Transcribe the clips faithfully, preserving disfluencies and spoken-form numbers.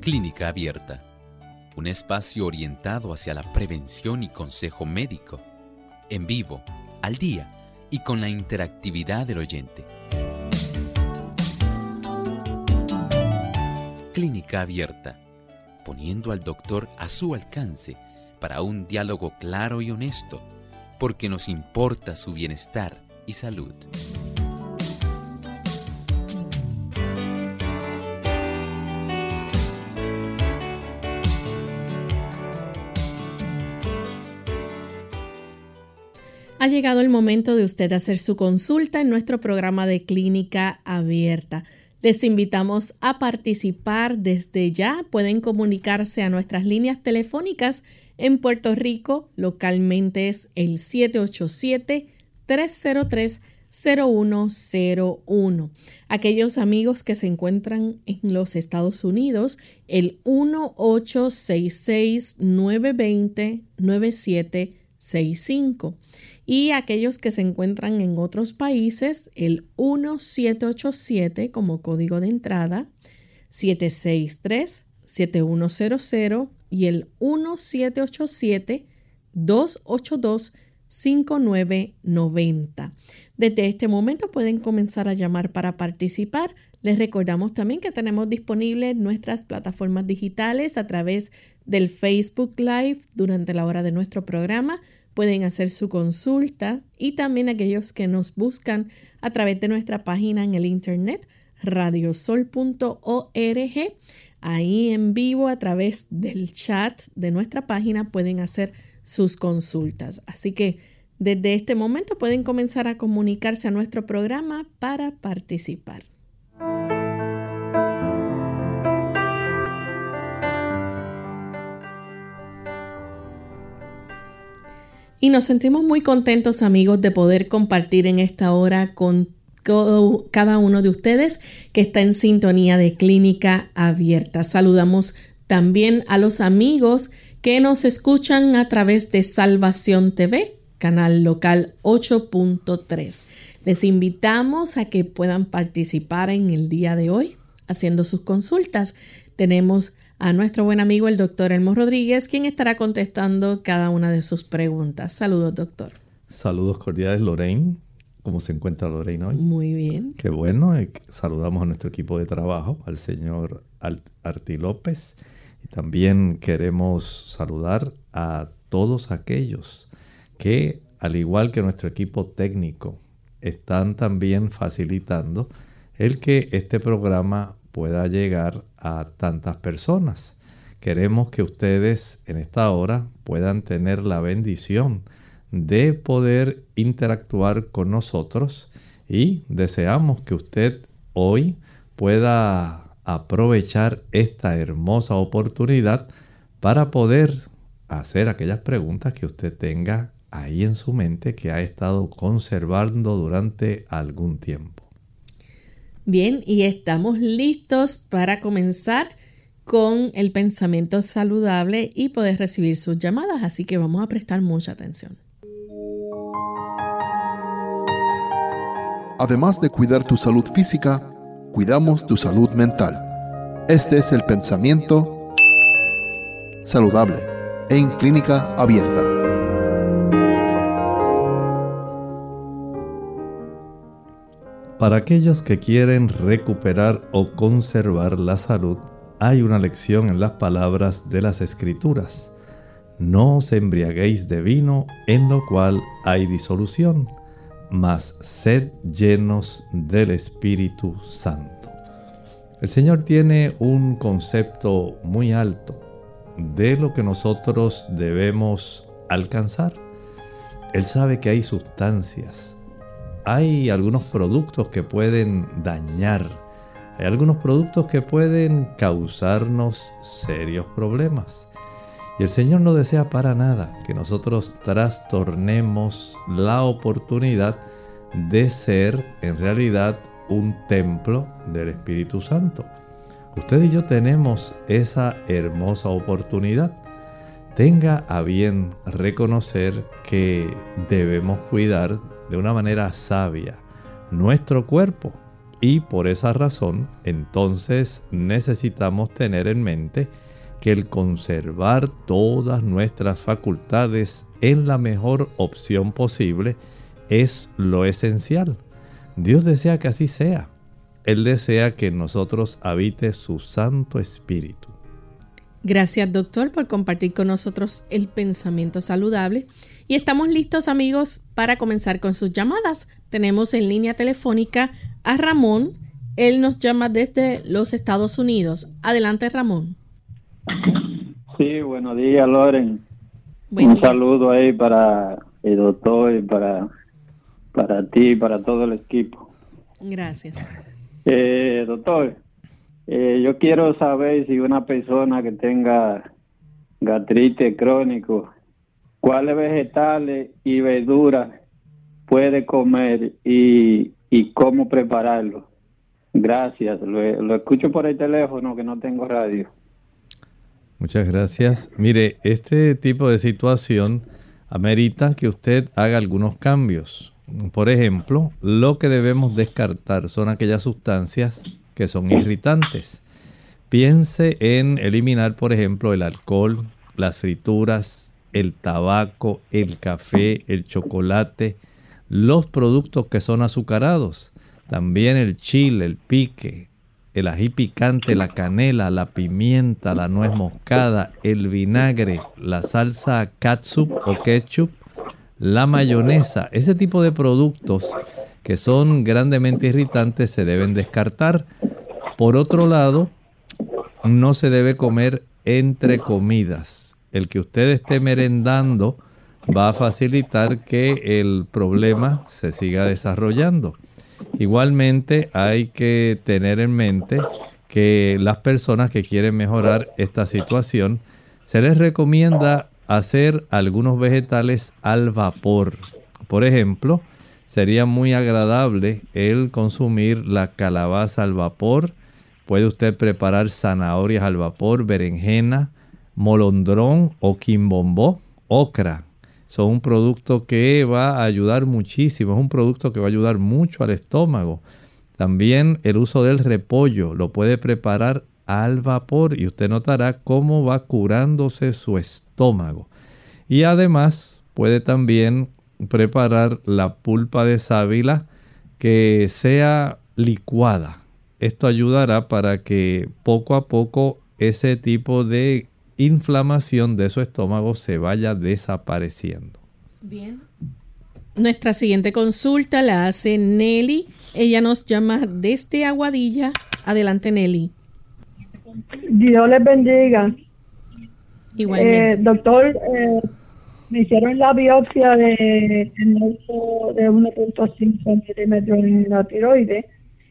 Clínica Abierta, un espacio orientado hacia la prevención y consejo médico, en vivo, al día y con la interactividad del oyente. Clínica Abierta, poniendo al doctor a su alcance para un diálogo claro y honesto, porque nos importa su bienestar y salud. Ha llegado el momento de usted hacer su consulta en nuestro programa de Clínica Abierta. Les invitamos a participar desde ya. Pueden comunicarse a nuestras líneas telefónicas en Puerto Rico. Localmente es el siete ocho siete, tres cero tres, cero uno cero uno. Aquellos amigos que se encuentran en los Estados Unidos, el uno ocho seis seis, nueve dos cero, nueve siete seis cinco. Y aquellos que se encuentran en otros países, el uno siete ocho siete como código de entrada, siete seis tres, siete uno cero cero y el uno siete ocho siete, dos ocho dos, cinco nueve nueve cero. Desde este momento pueden comenzar a llamar para participar. Les recordamos también que tenemos disponibles nuestras plataformas digitales a través del Facebook Live durante la hora de nuestro programa. Pueden hacer su consulta y también aquellos que nos buscan a través de nuestra página en el internet radiosol punto org. Ahí en vivo a través del chat de nuestra página pueden hacer sus consultas. Así que desde este momento pueden comenzar a comunicarse a nuestro programa para participar. Y nos sentimos muy contentos, amigos, de poder compartir en esta hora con todo, cada uno de ustedes que está en sintonía de Clínica Abierta. Saludamos también a los amigos que nos escuchan a través de Salvación T V, canal local ocho punto tres. Les invitamos a que puedan participar en el día de hoy haciendo sus consultas. Tenemos a nuestro buen amigo el doctor Elmo Rodríguez, quien estará contestando cada una de sus preguntas. Saludos, doctor. Saludos cordiales, Lorraine. ¿Cómo se encuentra Lorraine hoy? Muy bien. Qué bueno. Saludamos a nuestro equipo de trabajo, al señor Arti López. Y también queremos saludar a todos aquellos que, al igual que nuestro equipo técnico, están también facilitando el que este programa pueda llegar a tantas personas. Queremos que ustedes en esta hora puedan tener la bendición de poder interactuar con nosotros y deseamos que usted hoy pueda aprovechar esta hermosa oportunidad para poder hacer aquellas preguntas que usted tenga ahí en su mente que ha estado conservando durante algún tiempo. Bien, y estamos listos para comenzar con el pensamiento saludable y poder recibir sus llamadas, así que vamos a prestar mucha atención. Además de cuidar tu salud física, cuidamos tu salud mental. Este es el pensamiento saludable en Clínica Abierta. Para aquellos que quieren recuperar o conservar la salud, hay una lección en las palabras de las Escrituras. No os embriaguéis de vino, en lo cual hay disolución, mas sed llenos del Espíritu Santo. El Señor tiene un concepto muy alto de lo que nosotros debemos alcanzar. Él sabe que hay sustancias, hay algunos productos que pueden dañar, hay algunos productos que pueden causarnos serios problemas. Y el Señor no desea para nada que nosotros trastornemos la oportunidad de ser en realidad un templo del Espíritu Santo. Usted y yo tenemos esa hermosa oportunidad. Tenga a bien reconocer que debemos cuidar de una manera sabia nuestro cuerpo Y por esa razón, entonces necesitamos tener en mente que el conservar todas nuestras facultades en la mejor opción posible es lo esencial. Dios desea que así sea. Él desea que en nosotros habite su Santo Espíritu. Gracias, doctor, por compartir con nosotros el pensamiento saludable. Y estamos listos, amigos, para comenzar con sus llamadas. Tenemos en línea telefónica a Ramón. Él nos llama desde los Estados Unidos. Adelante, Ramón. Sí, buenos días, Loren. Buen Un día. saludo ahí para el doctor y para, para ti y para todo el equipo. Gracias. Eh, doctor, eh, yo quiero saber si una persona que tenga gastritis crónico, cuáles vegetales y verduras puede comer y, y cómo prepararlo. Gracias, lo, lo escucho por el teléfono que no tengo radio. Muchas gracias. Mire, este tipo de situación amerita que usted haga algunos cambios. Por ejemplo, lo que debemos descartar son aquellas sustancias que son irritantes. Piense en eliminar, por ejemplo, el alcohol, las frituras, el tabaco, el café, el chocolate, los productos que son azucarados, también el chile, el pique, el ají picante, la canela, la pimienta, la nuez moscada, el vinagre, la salsa catsup o ketchup, la mayonesa. Ese tipo de productos que son grandemente irritantes se deben descartar. Por otro lado, no se debe comer entre comidas. El que usted esté merendando va a facilitar que el problema se siga desarrollando. Igualmente hay que tener en mente que las personas que quieren mejorar esta situación, se les recomienda hacer algunos vegetales al vapor. Por ejemplo, sería muy agradable el consumir la calabaza al vapor. Puede usted preparar zanahorias al vapor, berenjena, molondrón o quimbombó, ocra. Son un producto que va a ayudar muchísimo, es un producto que va a ayudar mucho al estómago. También el uso del repollo lo puede preparar al vapor y usted notará cómo va curándose su estómago. Y además puede también preparar la pulpa de sábila que sea licuada. Esto ayudará para que poco a poco ese tipo de inflamación de su estómago se vaya desapareciendo. Bien. Nuestra siguiente consulta la hace Nelly. Ella nos llama desde Aguadilla. Adelante, Nelly. Dios les bendiga. Igualmente. Eh, doctor, eh, me hicieron la biopsia de, de uno punto cinco milímetros en la tiroides.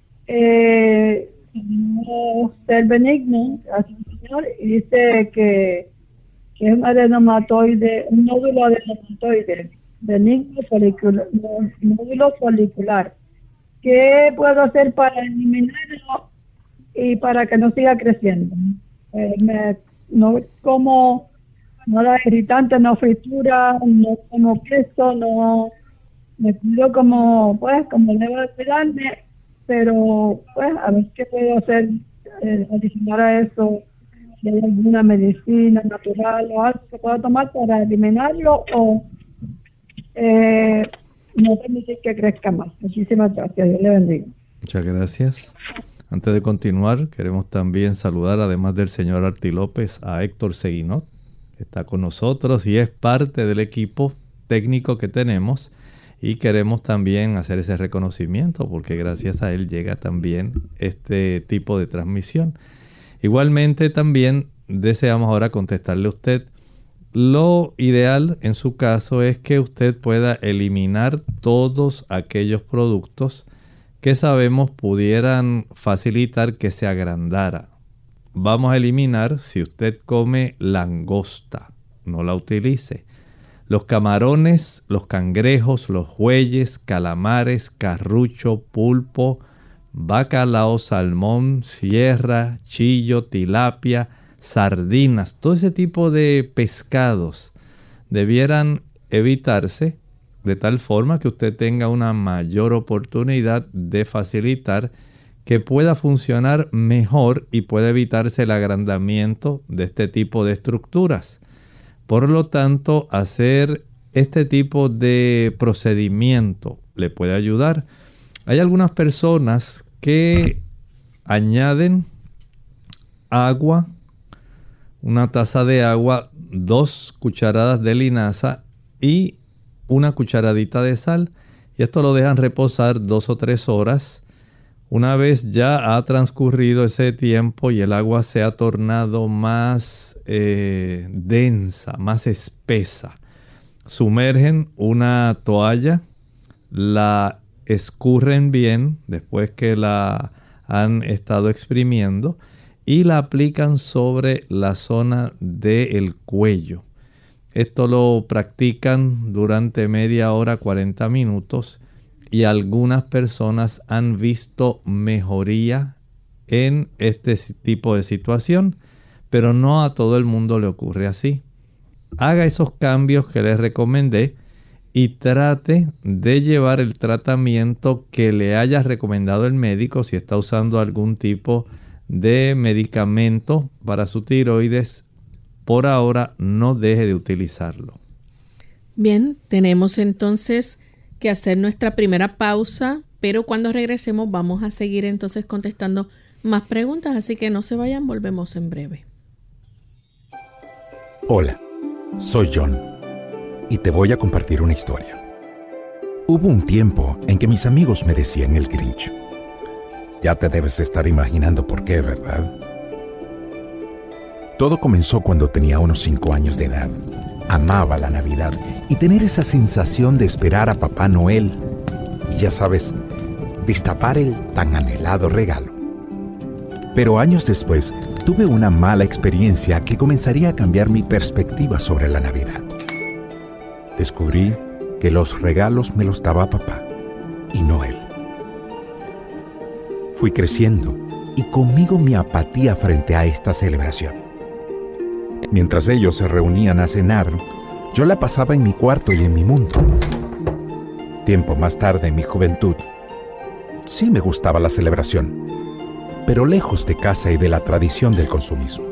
Eh, no ser benigno, gracias al Señor, y dice que, que es un adenomatoide, un nódulo adenomatoide, benigno folicular, nódulo folicular. ¿Qué puedo hacer para eliminarlo y para que no siga creciendo? Eh, me, no como nada irritante, no fritura, no como queso, no me cuido como, pues, como debo de cuidarme. Pero, pues, a ver qué puedo hacer eh, adicionar a eso, si hay alguna medicina natural o algo que pueda tomar para eliminarlo o eh, no permitir que crezca más. Muchísimas gracias. Dios le bendiga. Muchas gracias. Antes de continuar, queremos también saludar, además del señor Arti López, a Héctor Seguinot, que está con nosotros y es parte del equipo técnico que tenemos. Y queremos también hacer ese reconocimiento porque gracias a él llega también este tipo de transmisión. Igualmente también deseamos ahora contestarle a usted. Lo ideal en su caso es que usted pueda eliminar todos aquellos productos que sabemos pudieran facilitar que se agrandara. Vamos a eliminar si usted come langosta, no la utilice. Los camarones, los cangrejos, los bueyes, calamares, carrucho, pulpo, bacalao, salmón, sierra, chillo, tilapia, sardinas, todo ese tipo de pescados debieran evitarse de tal forma que usted tenga una mayor oportunidad de facilitar que pueda funcionar mejor y pueda evitarse el agrandamiento de este tipo de estructuras. Por lo tanto, hacer este tipo de procedimiento le puede ayudar. Hay algunas personas que añaden agua, una taza de agua, dos cucharadas de linaza y una cucharadita de sal, y esto lo dejan reposar dos o tres horas. Una vez ya ha transcurrido ese tiempo y el agua se ha tornado más eh, densa, más espesa, sumergen una toalla, la escurren bien después que la han estado exprimiendo y la aplican sobre la zona del cuello. Esto lo practican durante media hora, cuarenta minutos, y algunas personas han visto mejoría en este tipo de situación, pero no a todo el mundo le ocurre así. Haga esos cambios que les recomendé y trate de llevar el tratamiento que le haya recomendado el médico. Si está usando algún tipo de medicamento para su tiroides, por ahora no deje de utilizarlo. Bien, tenemos entonces que hacer nuestra primera pausa, pero cuando regresemos vamos a seguir entonces contestando más preguntas, así que no se vayan, volvemos en breve. Hola, soy John y te voy a compartir una historia. Hubo un tiempo en que mis amigos me decían el Grinch. Ya te debes estar imaginando por qué, ¿verdad? Todo comenzó cuando tenía unos cinco años de edad. Amaba la Navidad y tener esa sensación de esperar a Papá Noel y, ya sabes, destapar el tan anhelado regalo. Pero años después tuve una mala experiencia que comenzaría a cambiar mi perspectiva sobre la Navidad. Descubrí que los regalos me los daba papá y no él. Fui creciendo y conmigo mi apatía frente a esta celebración. Mientras ellos se reunían a cenar, yo la pasaba en mi cuarto y en mi mundo. Tiempo más tarde, en mi juventud, sí me gustaba la celebración, pero lejos de casa y de la tradición del consumismo.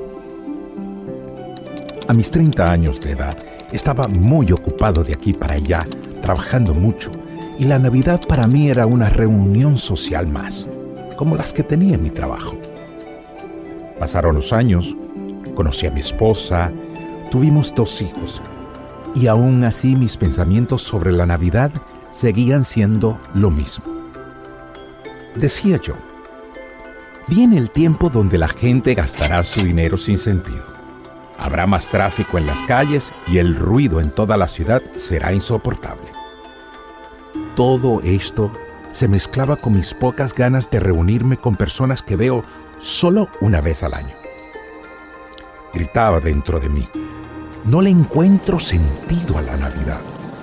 A mis treinta años de edad, estaba muy ocupado de aquí para allá, trabajando mucho, y la Navidad para mí era una reunión social más, como las que tenía en mi trabajo. Pasaron los años, conocí a mi esposa, tuvimos dos hijos, y aún así mis pensamientos sobre la Navidad seguían siendo lo mismo. Decía yo, viene el tiempo donde la gente gastará su dinero sin sentido. Habrá más tráfico en las calles y el ruido en toda la ciudad será insoportable. Todo esto se mezclaba con mis pocas ganas de reunirme con personas que veo solo una vez al año. Gritaba dentro de mí, no le encuentro sentido a la Navidad.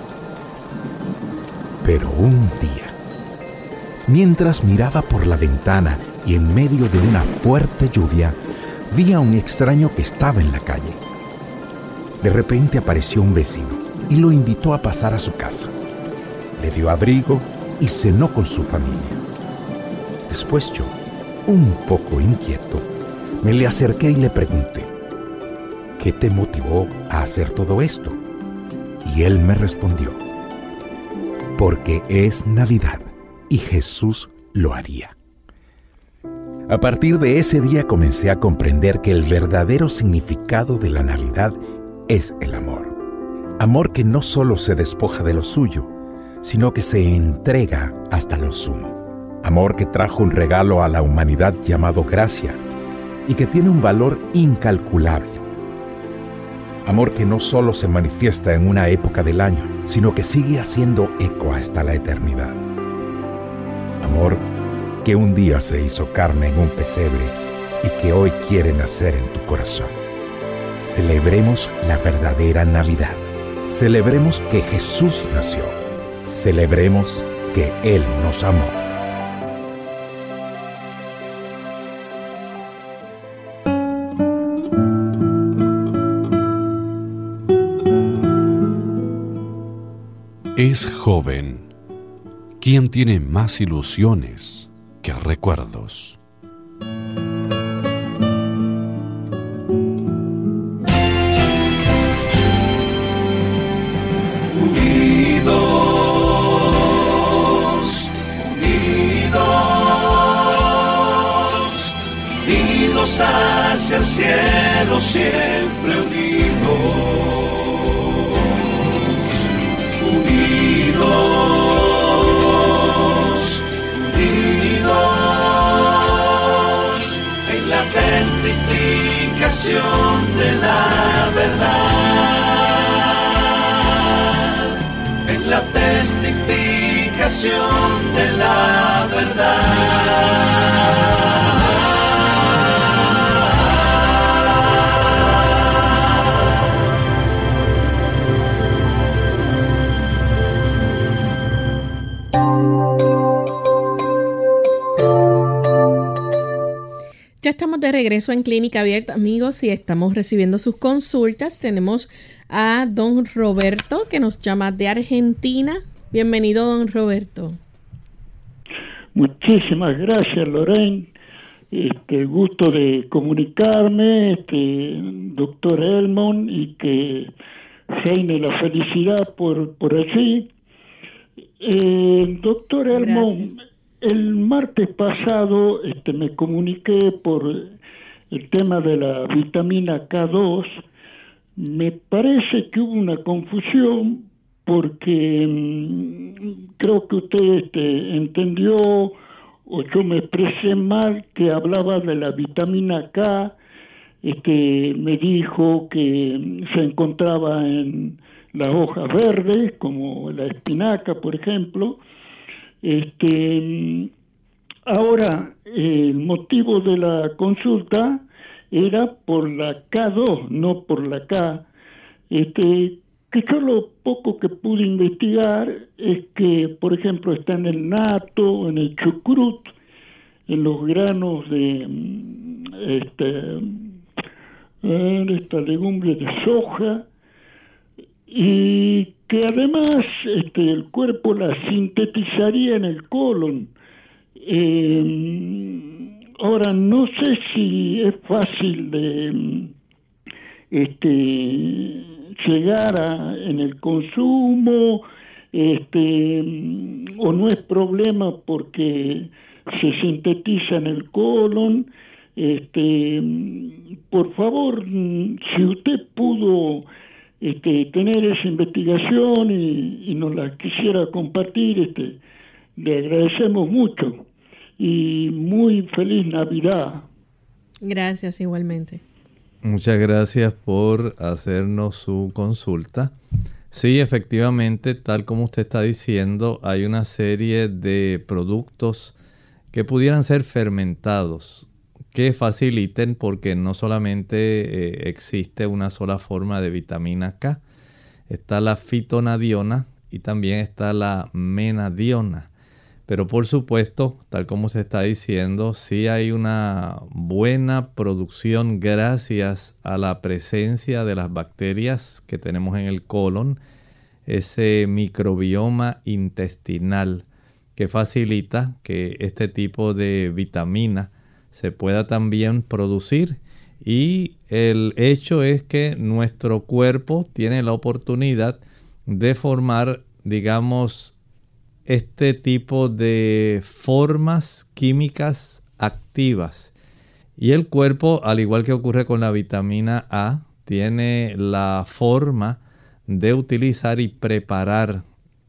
Pero un día, mientras miraba por la ventana y en medio de una fuerte lluvia, vi a un extraño que estaba en la calle. De repente apareció un vecino y lo invitó a pasar a su casa. Le dio abrigo y cenó con su familia. Después yo, un poco inquieto, me le acerqué y le pregunté, ¿qué te motivó a hacer todo esto? Y él me respondió, porque es Navidad y Jesús lo haría. A partir de ese día comencé a comprender que el verdadero significado de la Navidad es el amor. Amor que no solo se despoja de lo suyo, sino que se entrega hasta lo sumo. Amor que trajo un regalo a la humanidad llamado gracia y que tiene un valor incalculable. Amor que no solo se manifiesta en una época del año, sino que sigue haciendo eco hasta la eternidad. Amor que un día se hizo carne en un pesebre y que hoy quiere nacer en tu corazón. Celebremos la verdadera Navidad. Celebremos que Jesús nació. Celebremos que Él nos amó. Es joven. ¿Quién tiene más ilusiones? que recuerdos. Unidos, unidos, unidos hacia el cielo, siempre unidos. Unidos, unidos, en la testificación de la verdad, en la testificación de la verdad. Ya estamos de regreso en Clínica Abierta, amigos, y estamos recibiendo sus consultas. Tenemos a don Roberto, que nos llama de Argentina. Bienvenido, don Roberto. Muchísimas gracias, Lorraine. Este, gusto de comunicarme, este, doctor Elmon, y que reine la felicidad por, por allí. Eh, doctor Elmon, gracias. El martes pasado este, me comuniqué por el tema de la vitamina K dos. Me parece que hubo una confusión porque mmm, creo que usted este, entendió o yo me expresé mal que hablaba de la vitamina K. Este, me dijo que se encontraba en las hojas verdes, como la espinaca, por ejemplo. Este, ahora, el motivo de la consulta era por la K dos, no por la K. Este, que yo lo poco que pude investigar es que, por ejemplo, está en el nato, en el chucrut, en los granos de este, en esta legumbre de soja, y que además este, el cuerpo la sintetizaría en el colon. Eh, ahora, no sé si es fácil de este, llegar a, en el consumo, este, o no es problema porque se sintetiza en el colon. Este, por favor, si usted pudo Este, tener esa investigación y, y nos la quisiera compartir, este, le agradecemos mucho y muy feliz Navidad. Gracias, igualmente. Muchas gracias por hacernos su consulta. Sí, efectivamente, tal como usted está diciendo, hay una serie de productos que pudieran ser fermentados que faciliten, porque no solamente eh, existe una sola forma de vitamina K. Está la fitonadiona y también está la menadiona. Pero por supuesto, tal como se está diciendo, sí hay una buena producción gracias a la presencia de las bacterias que tenemos en el colon, ese microbioma intestinal que facilita que este tipo de vitamina se pueda también producir, y el hecho es que nuestro cuerpo tiene la oportunidad de formar, digamos, este tipo de formas químicas activas, y el cuerpo, al igual que ocurre con la vitamina A, tiene la forma de utilizar y preparar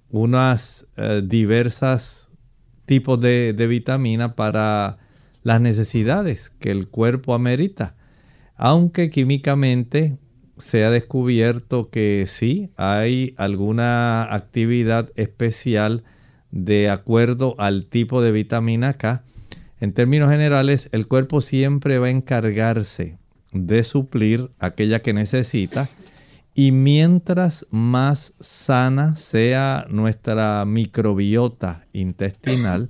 unas eh, diversas tipos de, de vitamina para las necesidades que el cuerpo amerita, aunque químicamente se ha descubierto que sí hay alguna actividad especial de acuerdo al tipo de vitamina K. En términos generales, el cuerpo siempre va a encargarse de suplir aquella que necesita, y mientras más sana sea nuestra microbiota intestinal,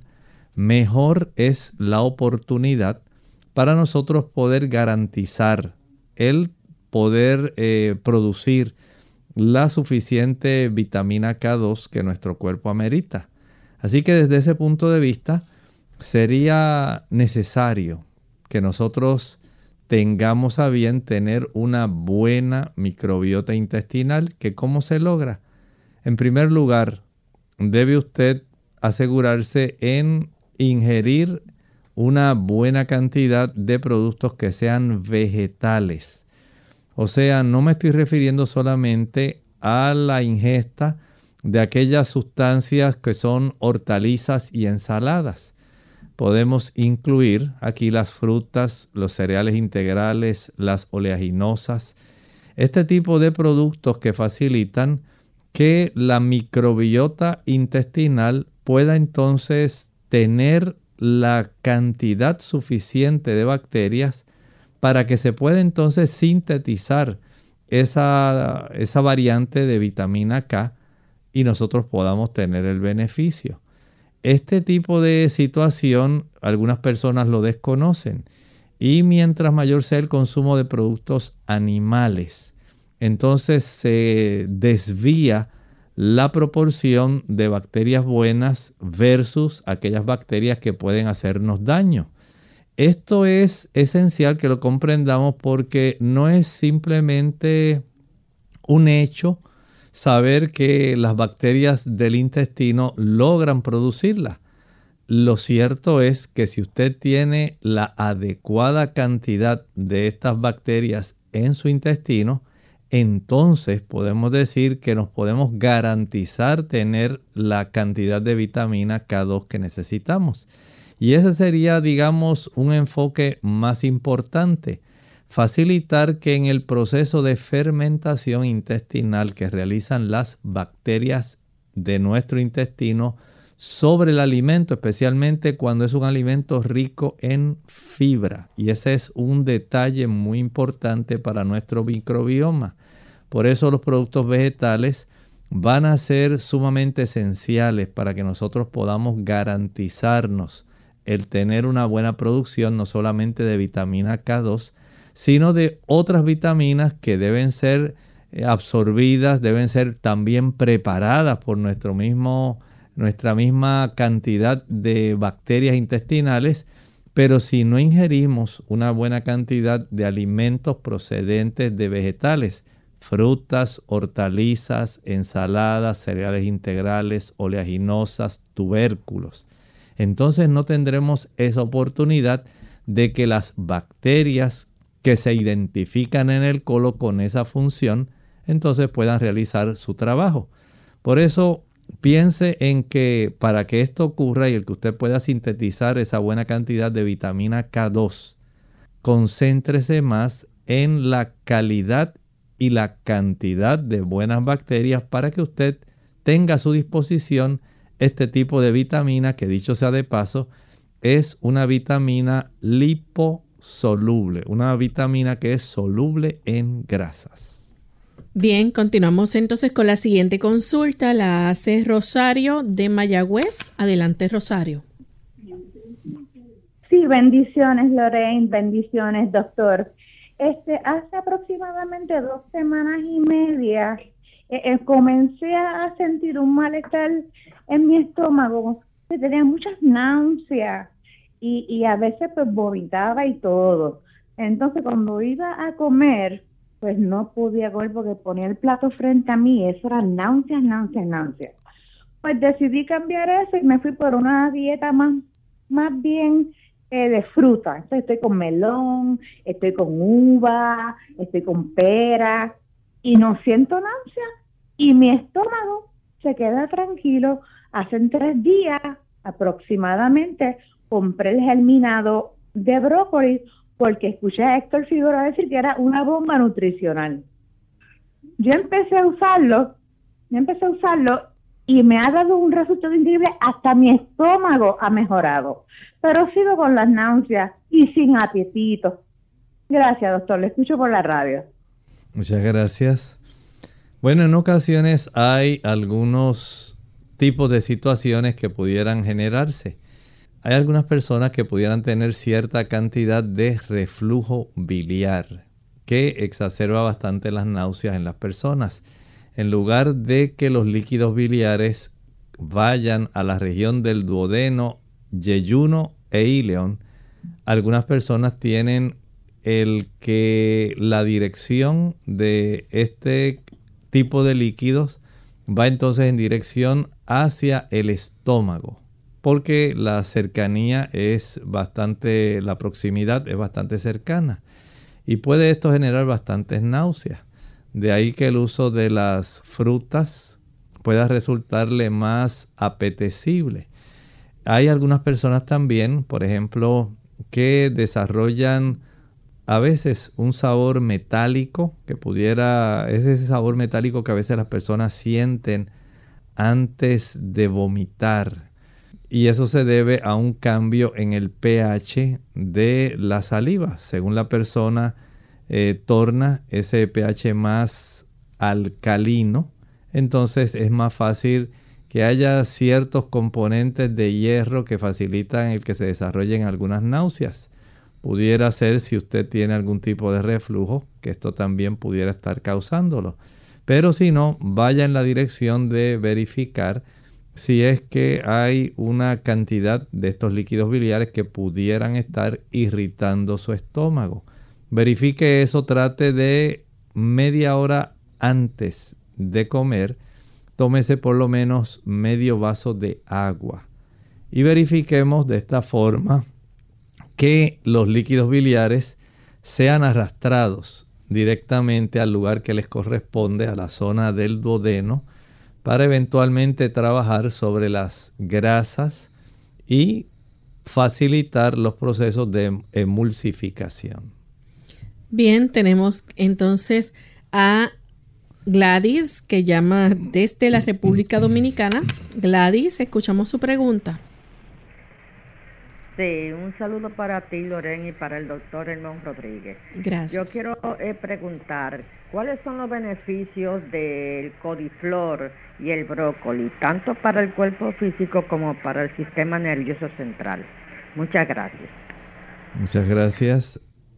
mejor es la oportunidad para nosotros poder garantizar el poder eh, producir la suficiente vitamina K dos que nuestro cuerpo amerita. Así que desde ese punto de vista, sería necesario que nosotros tengamos a bien tener una buena microbiota intestinal. ¿Que cómo se logra? En primer lugar, debe usted asegurarse en ingerir una buena cantidad de productos que sean vegetales. O sea, no me estoy refiriendo solamente a la ingesta de aquellas sustancias que son hortalizas y ensaladas. Podemos incluir aquí las frutas, los cereales integrales, las oleaginosas, este tipo de productos que facilitan que la microbiota intestinal pueda entonces tener la cantidad suficiente de bacterias para que se pueda entonces sintetizar esa, esa variante de vitamina K y nosotros podamos tener el beneficio. Este tipo de situación algunas personas lo desconocen y mientras mayor sea el consumo de productos animales, entonces se desvía la proporción de bacterias buenas versus aquellas bacterias que pueden hacernos daño. Esto es esencial que lo comprendamos porque no es simplemente un hecho saber que las bacterias del intestino logran producirla. Lo cierto es que si usted tiene la adecuada cantidad de estas bacterias en su intestino, entonces podemos decir que nos podemos garantizar tener la cantidad de vitamina K dos que necesitamos. Y ese sería, digamos, un enfoque más importante. Facilitar que en el proceso de fermentación intestinal que realizan las bacterias de nuestro intestino sobre el alimento, especialmente cuando es un alimento rico en fibra. Y ese es un detalle muy importante para nuestro microbioma. Por eso los productos vegetales van a ser sumamente esenciales para que nosotros podamos garantizarnos el tener una buena producción no solamente de vitamina K dos, sino de otras vitaminas que deben ser absorbidas, deben ser también preparadas por nuestro mismo, nuestra misma cantidad de bacterias intestinales. Pero si no ingerimos una buena cantidad de alimentos procedentes de vegetales, frutas, hortalizas, ensaladas, cereales integrales, oleaginosas, tubérculos, entonces no tendremos esa oportunidad de que las bacterias que se identifican en el colon con esa función, entonces puedan realizar su trabajo. Por eso piense en que para que esto ocurra y el que usted pueda sintetizar esa buena cantidad de vitamina K dos, concéntrese más en la calidad y la cantidad de buenas bacterias para que usted tenga a su disposición este tipo de vitamina que, dicho sea de paso, es una vitamina liposoluble, una vitamina que es soluble en grasas. Bien, continuamos entonces con la siguiente consulta. La hace Rosario de Mayagüez. Adelante, Rosario. Sí, bendiciones, Lorraine, bendiciones, doctor. Este, hace aproximadamente dos semanas y media eh, eh, comencé a sentir un malestar en mi estómago, que tenía muchas náuseas y, y a veces pues vomitaba y todo. Entonces cuando iba a comer, pues no podía comer porque ponía el plato frente a mí, eso era náuseas, náuseas, náuseas. Pues decidí cambiar eso y me fui por una dieta más, más bien eh, de fruta. Entonces estoy con melón, estoy con uva, estoy con pera y no siento náuseas y mi estómago se queda tranquilo. Hace tres días aproximadamente compré el germinado de brócoli porque escuché a Héctor Figueroa decir que era una bomba nutricional. Yo empecé a usarlo, yo empecé a usarlo y me ha dado un resultado increíble, hasta mi estómago ha mejorado, pero sigo con las náuseas y sin apetito. Gracias, doctor, le escucho por la radio. Muchas gracias. Bueno, en ocasiones hay algunos tipos de situaciones que pudieran generarse. Hay algunas personas que pudieran tener cierta cantidad de reflujo biliar que exacerba bastante las náuseas en las personas. En lugar de que los líquidos biliares vayan a la región del duodeno yeyuno e ileón, algunas personas tienen el que la dirección de este tipo de líquidos va entonces en dirección hacia el estómago, porque la cercanía es bastante, la proximidad es bastante cercana y puede esto generar bastantes náuseas. De ahí que el uso de las frutas pueda resultarle más apetecible. Hay algunas personas también, por ejemplo, que desarrollan a veces un sabor metálico, que pudiera, es ese sabor metálico que a veces las personas sienten antes de vomitar. Y eso se debe a un cambio en el pH de la saliva. Según la persona eh, torna ese pH más alcalino, entonces es más fácil que haya ciertos componentes de hierro que facilitan el que se desarrollen algunas náuseas. Pudiera ser si usted tiene algún tipo de reflujo, que esto también pudiera estar causándolo. Pero si no, vaya en la dirección de verificar si es que hay una cantidad de estos líquidos biliares que pudieran estar irritando su estómago. Verifique eso, trate de media hora antes de comer, tómese por lo menos medio vaso de agua. Y verifiquemos de esta forma que los líquidos biliares sean arrastrados directamente al lugar que les corresponde, a la zona del duodeno, para eventualmente trabajar sobre las grasas y facilitar los procesos de emulsificación. Bien, tenemos entonces a Gladys, que llama desde la República Dominicana. Gladys, escuchamos su pregunta. Sí, un saludo para ti, Lorena, y para el doctor Hermón Rodríguez. Gracias. Yo quiero eh, preguntar, ¿cuáles son los beneficios del coliflor y el brócoli, tanto para el cuerpo físico como para el sistema nervioso central? Muchas gracias. Muchas gracias.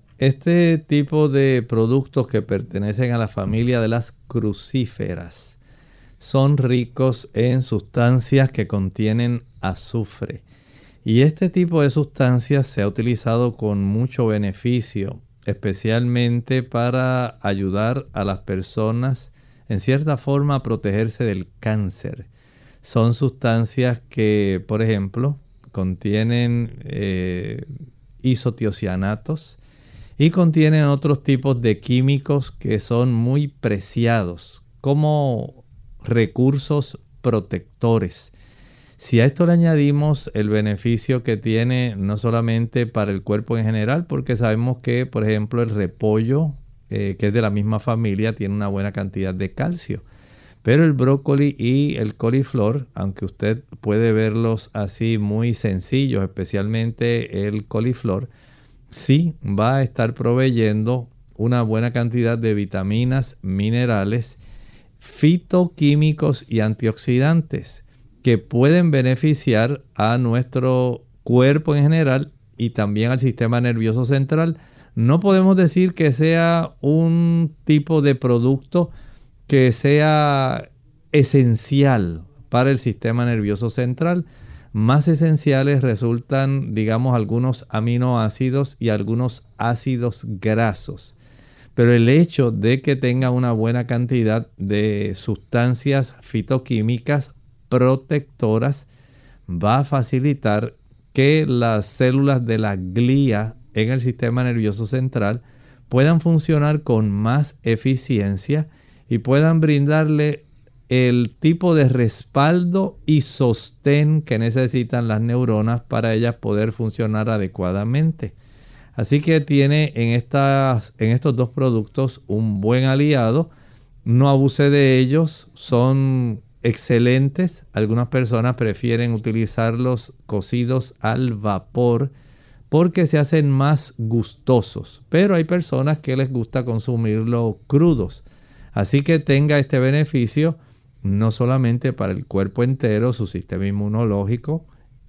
Este tipo de productos que pertenecen a la familia de las crucíferas son ricos en sustancias que contienen azufre. Y este tipo de sustancias se ha utilizado con mucho beneficio, especialmente para ayudar a las personas en cierta forma a protegerse del cáncer. Son sustancias que, por ejemplo, contienen eh, isotiocianatos y contienen otros tipos de químicos que son muy preciados como recursos protectores. Si a esto le añadimos el beneficio que tiene no solamente para el cuerpo en general, porque sabemos que, por ejemplo, el repollo, eh, que es de la misma familia, tiene una buena cantidad de calcio. Pero el brócoli y el coliflor, aunque usted puede verlos así muy sencillos, especialmente el coliflor, sí va a estar proveyendo una buena cantidad de vitaminas, minerales, fitoquímicos y antioxidantes que pueden beneficiar a nuestro cuerpo en general y también al sistema nervioso central. No podemos decir que sea un tipo de producto que sea esencial para el sistema nervioso central. Más esenciales resultan, digamos, algunos aminoácidos y algunos ácidos grasos. Pero el hecho de que tenga una buena cantidad de sustancias fitoquímicas protectoras va a facilitar que las células de la glía en el sistema nervioso central puedan funcionar con más eficiencia y puedan brindarle el tipo de respaldo y sostén que necesitan las neuronas para ellas poder funcionar adecuadamente. Así que tiene en, estas, en estos dos productos un buen aliado. No abuse de ellos, son excelentes. Algunas personas prefieren utilizarlos cocidos al vapor porque se hacen más gustosos, pero hay personas que les gusta consumirlos crudos. Así que tenga este beneficio no solamente para el cuerpo entero, su sistema inmunológico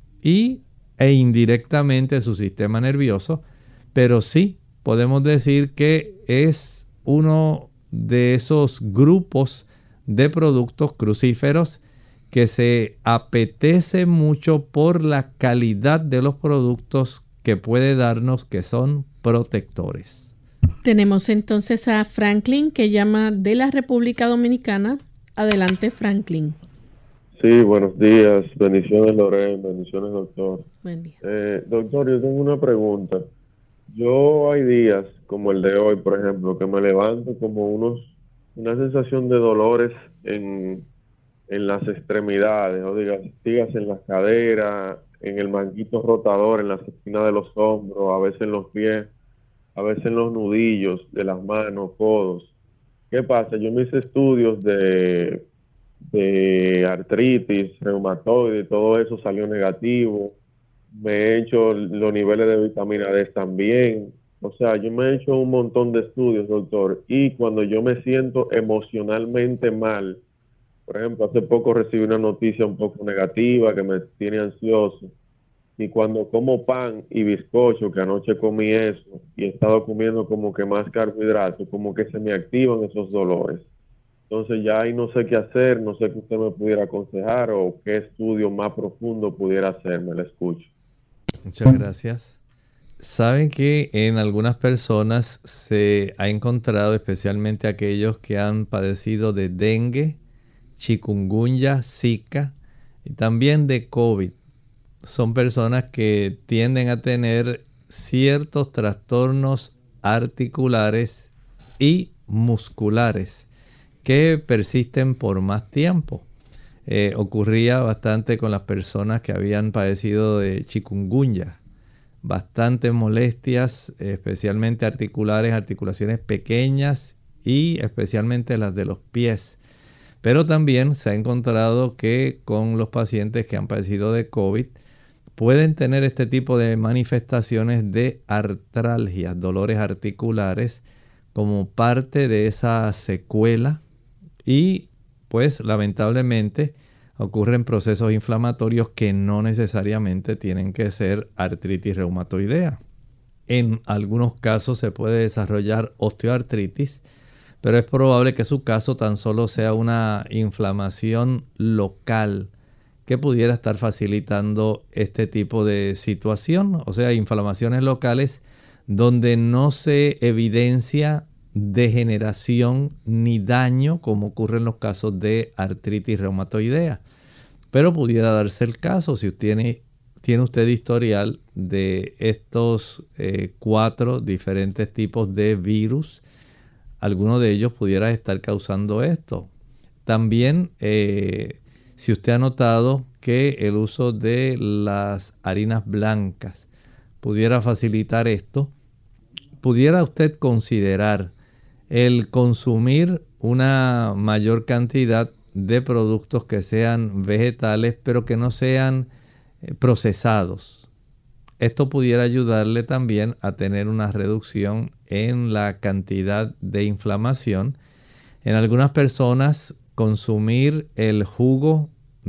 y, e indirectamente su sistema nervioso, pero sí podemos decir que es uno de esos grupos de productos crucíferos que se apetece mucho por la calidad de los productos que puede darnos, que son protectores. Tenemos entonces a Franklin, que llama de la República Dominicana. Adelante, Franklin. Sí, buenos días. Bendiciones, Lorena. Bendiciones, doctor. Buen día. Eh, doctor, yo tengo una pregunta. Yo hay días, como el de hoy, por ejemplo, que me levanto como unos una sensación de dolores en, en las extremidades, o digas, digas en las caderas, en el manguito rotador, en las esquinas de los hombros, a veces en los pies, a veces en los nudillos de las manos, codos. ¿Qué pasa? Yo me hice estudios de, de artritis, reumatoide, todo eso salió negativo. Me he hecho los niveles de vitamina D también. O sea, yo me he hecho un montón de estudios, doctor, y cuando yo me siento emocionalmente mal, por ejemplo, hace poco recibí una noticia un poco negativa que me tiene ansioso, y cuando como pan y bizcocho, que anoche comí eso, y he estado comiendo como que más carbohidratos, como que se me activan esos dolores. Entonces ya ahí no sé qué hacer, no sé qué usted me pudiera aconsejar o qué estudio más profundo pudiera hacerme. Le escucho. Muchas gracias. Saben que en algunas personas se ha encontrado, especialmente aquellos que han padecido de dengue, chikungunya, zika y también de COVID. Son personas que tienden a tener ciertos trastornos articulares y musculares que persisten por más tiempo. Eh, ocurría bastante con las personas que habían padecido de chikungunya. Bastantes molestias, especialmente articulares, articulaciones pequeñas y especialmente las de los pies. Pero también se ha encontrado que con los pacientes que han padecido de COVID pueden tener este tipo de manifestaciones de artralgias, dolores articulares, como parte de esa secuela, y pues lamentablemente ocurren procesos inflamatorios que no necesariamente tienen que ser artritis reumatoidea. En algunos casos se puede desarrollar osteoartritis, pero es probable que su caso tan solo sea una inflamación local que pudiera estar facilitando este tipo de situación, o sea, inflamaciones locales donde no se evidencia degeneración ni daño como ocurre en los casos de artritis reumatoidea. Pero pudiera darse el caso si usted tiene, tiene usted historial de estos eh, cuatro diferentes tipos de virus. Alguno de ellos pudiera estar causando esto. También, eh, si usted ha notado que el uso de las harinas blancas pudiera facilitar esto, pudiera usted considerar el consumir una mayor cantidad de productos que sean vegetales, pero que no sean eh, procesados. Esto pudiera ayudarle también a tener una reducción en la cantidad de inflamación. En algunas personas, consumir el jugo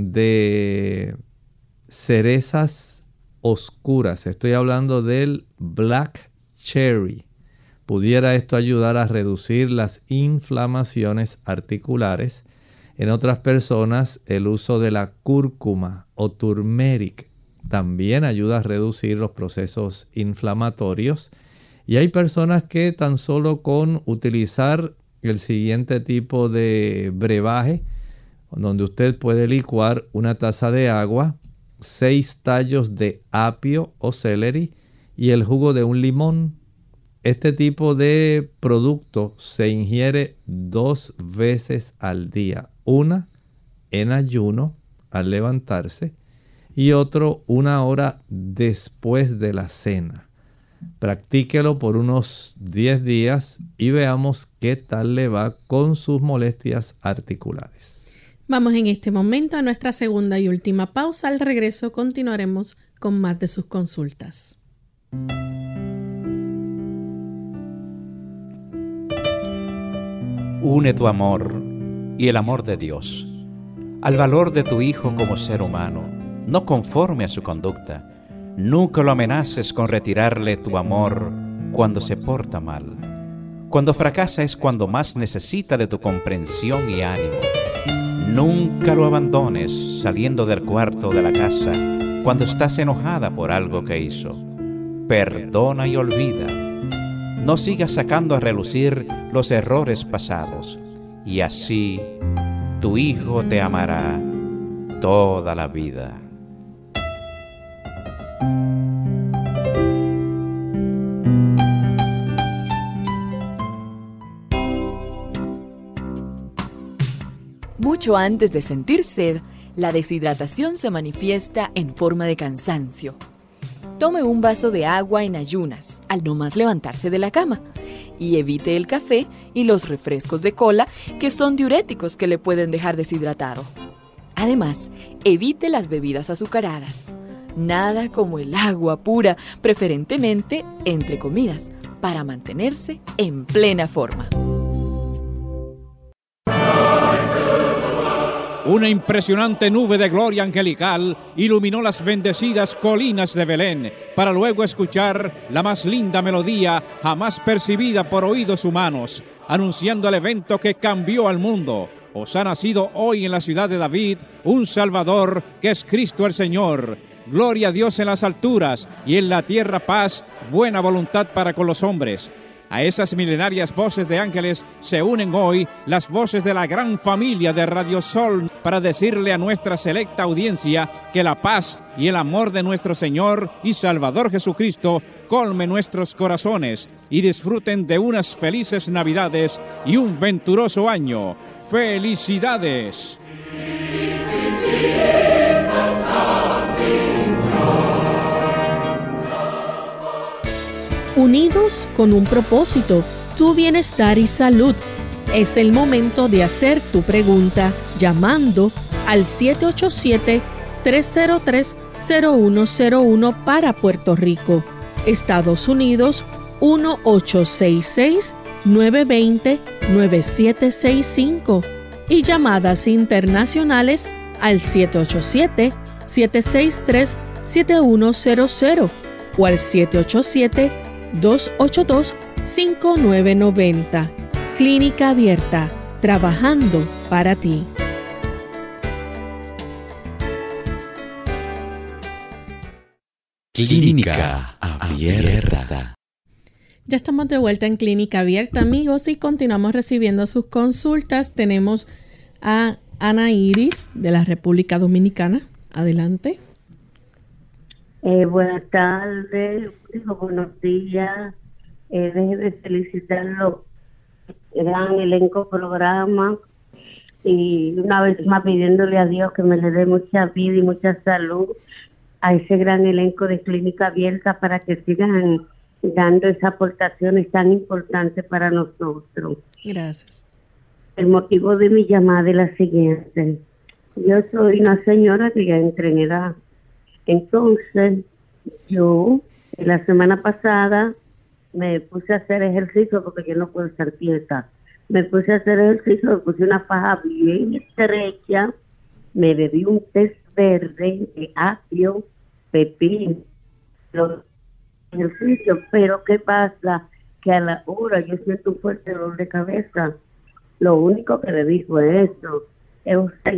de cerezas oscuras, estoy hablando del black cherry, pudiera esto ayudar a reducir las inflamaciones articulares. En otras personas, el uso de la cúrcuma o turmeric también ayuda a reducir los procesos inflamatorios. Y hay personas que tan solo con utilizar el siguiente tipo de brebaje, donde usted puede licuar una taza de agua, seis tallos de apio o celery y el jugo de un limón. Este tipo de producto se ingiere dos veces al día. Una en ayuno al levantarse y otro una hora después de la cena. Practíquelo por unos diez días y veamos qué tal le va con sus molestias articulares. Vamos en este momento a nuestra segunda y última pausa. Al regreso continuaremos con más de sus consultas. Une tu amor y el amor de Dios al valor de tu hijo como ser humano, no conforme a su conducta. Nunca lo amenaces con retirarle tu amor cuando se porta mal. Cuando fracasa es cuando más necesita de tu comprensión y ánimo. Nunca lo abandones saliendo del cuarto de la casa cuando estás enojada por algo que hizo. Perdona y olvida. No sigas sacando a relucir los errores pasados, y así tu hijo te amará toda la vida. Mucho antes de sentir sed, la deshidratación se manifiesta en forma de cansancio. Tome un vaso de agua en ayunas, al no más levantarse de la cama, y evite el café y los refrescos de cola, que son diuréticos que le pueden dejar deshidratado. Además, evite las bebidas azucaradas. Nada como el agua pura, preferentemente entre comidas, para mantenerse en plena forma. Una impresionante nube de gloria angelical iluminó las bendecidas colinas de Belén, para luego escuchar la más linda melodía jamás percibida por oídos humanos, anunciando el evento que cambió al mundo. Os ha nacido hoy en la ciudad de David un Salvador, que es Cristo el Señor. Gloria a Dios en las alturas, y en la tierra paz, buena voluntad para con los hombres. A esas milenarias voces de ángeles se unen hoy las voces de la gran familia de Radio Sol para decirle a nuestra selecta audiencia que la paz y el amor de nuestro Señor y Salvador Jesucristo colme nuestros corazones y disfruten de unas felices Navidades y un venturoso año. ¡Felicidades! Unidos con un propósito, tu bienestar y salud. Es el momento de hacer tu pregunta llamando al siete ocho siete, tres cero tres, cero uno cero uno para Puerto Rico, Estados Unidos uno ocho seis seis, nueve dos cero, nueve siete seis cinco y llamadas internacionales al siete ocho siete, siete seis tres, siete uno cero cero o al siete ocho siete, dos ocho dos, cinco nueve nueve cero. Clínica Abierta, trabajando para ti. Clínica Abierta. Ya estamos de vuelta en Clínica Abierta, amigos, y continuamos recibiendo sus consultas. Tenemos a Ana Iris de la República Dominicana. Adelante. Eh, buenas tardes, buenos días. Eh, deje de felicitarlo, gran elenco programa, y una vez más pidiéndole a Dios que me le dé mucha vida y mucha salud a ese gran elenco de Clínica Abierta para que sigan dando esas aportaciones tan importantes para nosotros. Gracias. El motivo de mi llamada es la siguiente. Yo soy una señora que ya entré en edad. Entonces, yo, la semana pasada, me puse a hacer ejercicio porque yo no puedo estar quieta. Me puse a hacer ejercicio, me puse una faja bien estrecha, me bebí un té verde de apio, pepino, los ejercicios, pero ¿qué pasa? Que a la hora yo siento un fuerte dolor de cabeza. Lo único que bebí fue eso. O sea,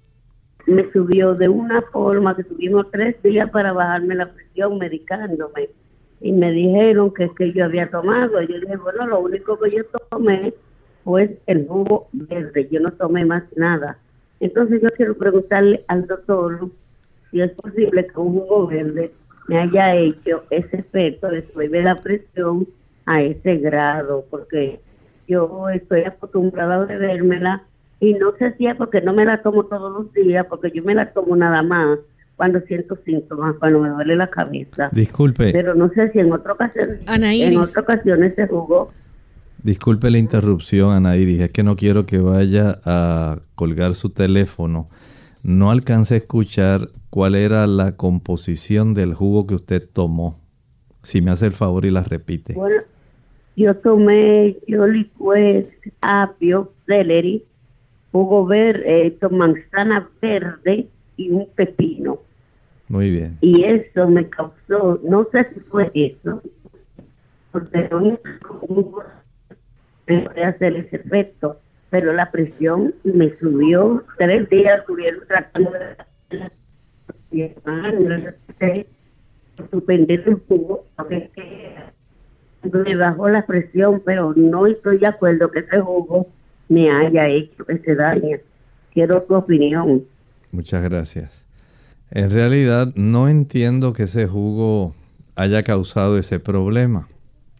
me subió de una forma que tuvimos tres días para bajarme la presión medicándome. Y me dijeron que es que yo había tomado. Yo dije, bueno, lo único que yo tomé fue el jugo verde. Yo no tomé más nada. Entonces yo quiero preguntarle al doctor si es posible que un jugo verde me haya hecho ese efecto de subir la presión a ese grado. Porque yo estoy acostumbrada a bebérmela. Y no sé si es porque no me la tomo todos los días, porque yo me la tomo nada más cuando siento síntomas, cuando me duele la cabeza. Disculpe. Pero no sé si en otra ocasión, en otra ocasión ese jugo. Disculpe la interrupción, Ana Iris, es que no quiero que vaya a colgar su teléfono. No alcancé a escuchar cuál era la composición del jugo que usted tomó. Si me hace el favor y la repite. Bueno, yo tomé, yo licué apio, celery, jugo verde, eh, manzana verde y un pepino. Muy bien. Y eso me causó, no sé si fue eso, porque no me puede hacer ese efecto. pero la presión me subió. Tres días estuvieron tratando de suspender el jugo, porque me bajó la presión, pero no estoy de acuerdo que ese jugo me haya hecho ese daño. Quiero tu opinión. Muchas gracias. En realidad no entiendo que ese jugo haya causado ese problema.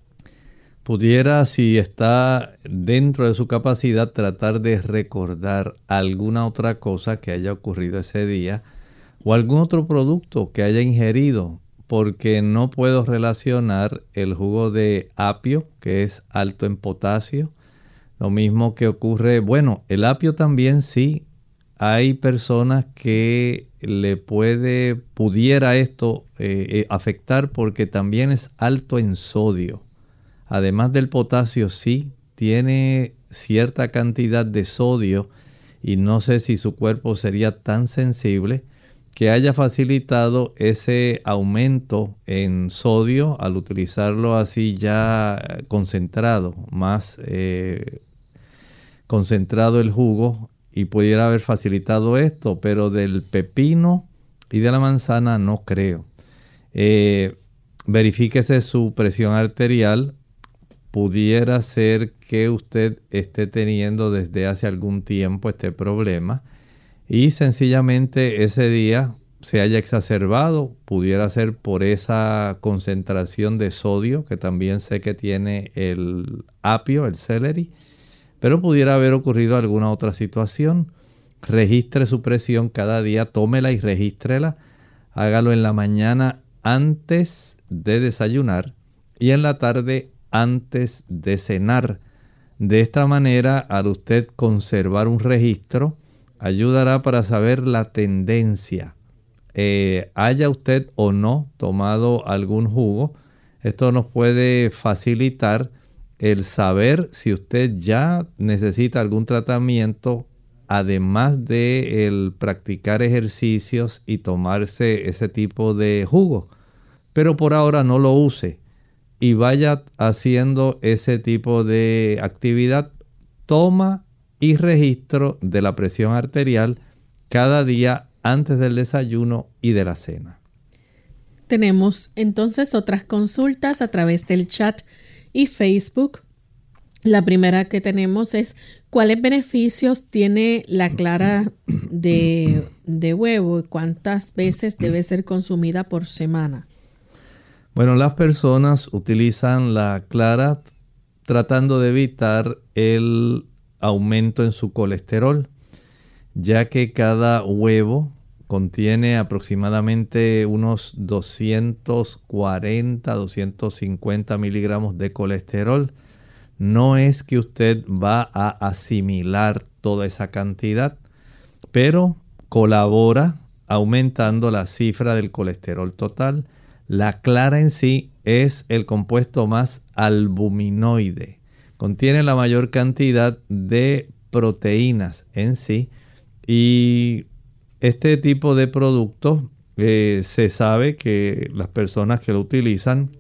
Pudiera, si está dentro de su capacidad, tratar de recordar alguna otra cosa que haya ocurrido ese día o algún otro producto que haya ingerido, porque no puedo relacionar el jugo de apio, que es alto en potasio, lo mismo que ocurre, bueno, el apio también sí, hay personas que le puede, pudiera esto eh, afectar porque también es alto en sodio. Además del potasio, sí, tiene cierta cantidad de sodio y no sé si su cuerpo sería tan sensible que haya facilitado ese aumento en sodio al utilizarlo así ya concentrado, más eh, concentrado el jugo, y pudiera haber facilitado esto, pero del pepino y de la manzana no creo. Eh, verifíquese su presión arterial. Pudiera ser que usted esté teniendo desde hace algún tiempo este problema y sencillamente ese día se haya exacerbado. Pudiera ser por esa concentración de sodio que también sé que tiene el apio, el celery, pero pudiera haber ocurrido alguna otra situación. Registre su presión cada día, tómela y regístrela. Hágalo en la mañana antes de desayunar y en la tarde antes de cenar. De esta manera, al usted conservar un registro, ayudará para saber la tendencia. Eh, haya usted o no tomado algún jugo, esto nos puede facilitar el saber si usted ya necesita algún tratamiento, además de el practicar ejercicios y tomarse ese tipo de jugo. Pero por ahora no lo use y vaya haciendo ese tipo de actividad. Toma y registro de la presión arterial cada día antes del desayuno y de la cena. Tenemos entonces otras consultas a través del chat y Facebook. La primera que tenemos es: ¿cuáles beneficios tiene la clara de, de huevo y cuántas veces debe ser consumida por semana? Bueno, las personas utilizan la clara tratando de evitar el aumento en su colesterol, ya que cada huevo contiene aproximadamente unos doscientos cuarenta, doscientos cincuenta miligramos de colesterol. No es que usted va a asimilar toda esa cantidad, pero colabora aumentando la cifra del colesterol total. La clara en sí es el compuesto más albuminoide. Contiene la mayor cantidad de proteínas en sí y este tipo de productos eh, se sabe que las personas que lo utilizan,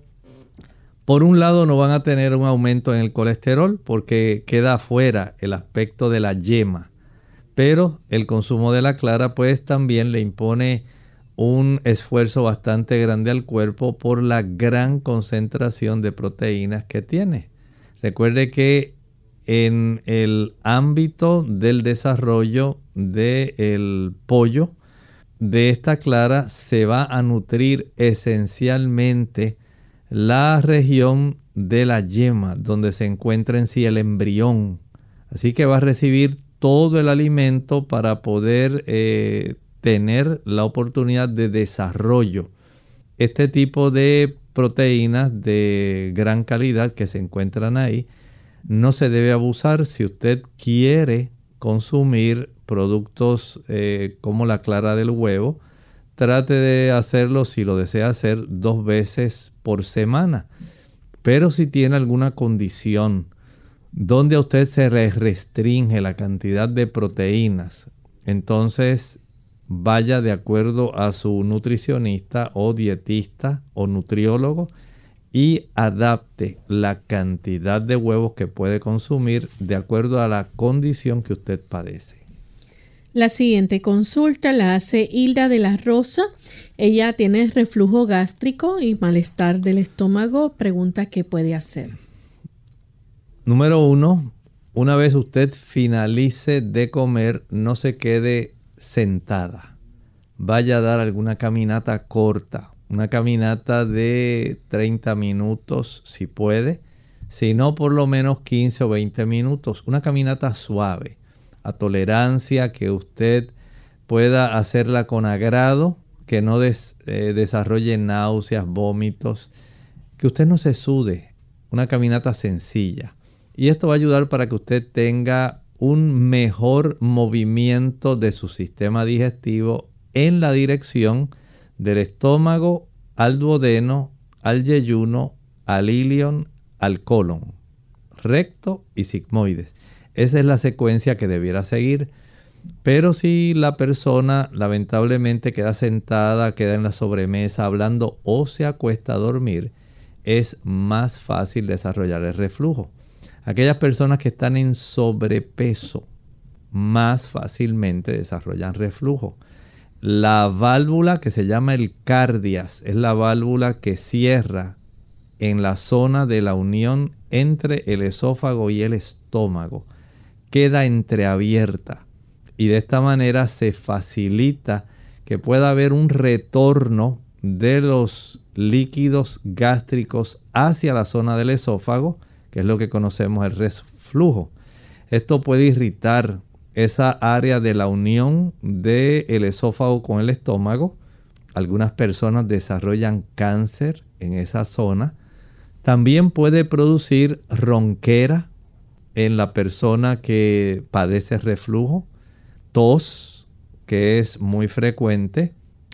por un lado, no van a tener un aumento en el colesterol porque queda afuera el aspecto de la yema, pero el consumo de la clara pues también le impone un esfuerzo bastante grande al cuerpo por la gran concentración de proteínas que tiene. Recuerde que en el ámbito del desarrollo del pollo, de esta clara se va a nutrir esencialmente la región de la yema, donde se encuentra en sí el embrión. Así que va a recibir todo el alimento para poder eh, tener la oportunidad de desarrollo. Este tipo de proteínas de gran calidad que se encuentran ahí, no se debe abusar. Si usted quiere consumir productos eh, como la clara del huevo, trate de hacerlo, si lo desea hacer, dos veces por semana. Pero si tiene alguna condición donde a usted se le restringe la cantidad de proteínas, entonces vaya de acuerdo a su nutricionista o dietista o nutriólogo y adapte la cantidad de huevos que puede consumir de acuerdo a la condición que usted padece. La siguiente consulta la hace Hilda de la Rosa. Ella tiene reflujo gástrico y malestar del estómago. Pregunta qué puede hacer. Número uno, una vez usted finalice de comer, no se quede sentada. Vaya a dar alguna caminata corta, una caminata de treinta minutos si puede, si no por lo menos quince o veinte minutos, una caminata suave, a tolerancia, que usted pueda hacerla con agrado, que no des, eh, desarrolle náuseas, vómitos, que usted no se sude, una caminata sencilla. Y esto va a ayudar para que usted tenga un mejor movimiento de su sistema digestivo en la dirección del estómago al duodeno, al yeyuno, al ilion, al colon, recto y sigmoides. Esa es la secuencia que debiera seguir. Pero si la persona lamentablemente queda sentada, queda en la sobremesa hablando o se acuesta a dormir, es más fácil desarrollar el reflujo. Aquellas personas que están en sobrepeso más fácilmente desarrollan reflujo. La válvula que se llama el cardias es la válvula que cierra en la zona de la unión entre el esófago y el estómago. Queda entreabierta y de esta manera se facilita que pueda haber un retorno de los líquidos gástricos hacia la zona del esófago, que es lo que conocemos el reflujo. Esto puede irritar esa área de la unión del esófago con el estómago. Algunas personas desarrollan cáncer en esa zona. También puede producir ronquera en la persona que padece reflujo, tos, que es muy frecuente.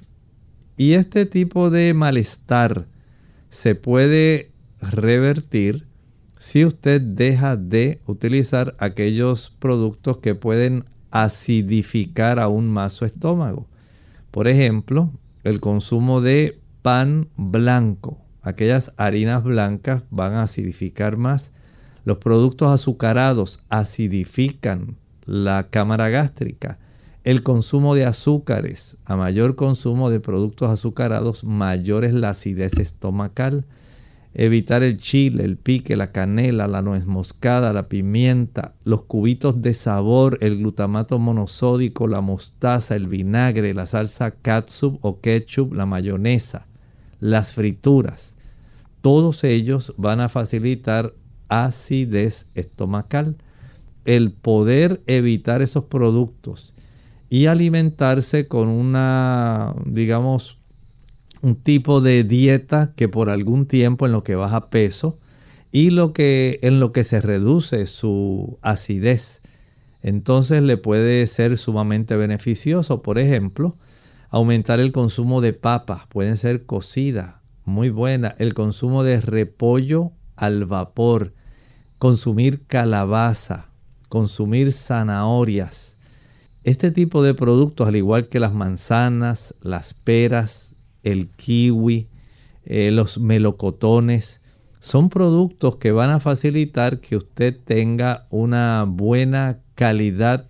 Y este tipo de malestar se puede revertir si usted deja de utilizar aquellos productos que pueden acidificar aún más su estómago. Por ejemplo, el consumo de pan blanco. Aquellas harinas blancas van a acidificar más. Los productos azucarados acidifican la cámara gástrica. El consumo de azúcares. A mayor consumo de productos azucarados, mayor es la acidez estomacal. Evitar el chile, el pique, la canela, la nuez moscada, la pimienta, los cubitos de sabor, el glutamato monosódico, la mostaza, el vinagre, la salsa catsup o ketchup, la mayonesa, las frituras. Todos ellos van a facilitar acidez estomacal. El poder evitar esos productos y alimentarse con una, digamos, un tipo de dieta que por algún tiempo en lo que baja peso y lo que, en lo que se reduce su acidez, entonces le puede ser sumamente beneficioso. Por ejemplo, aumentar el consumo de papas, pueden ser cocidas, muy buena. El consumo de repollo al vapor, consumir calabaza, consumir zanahorias. Este tipo de productos, al igual que las manzanas, las peras, el kiwi, eh, los melocotones, son productos que van a facilitar que usted tenga una buena calidad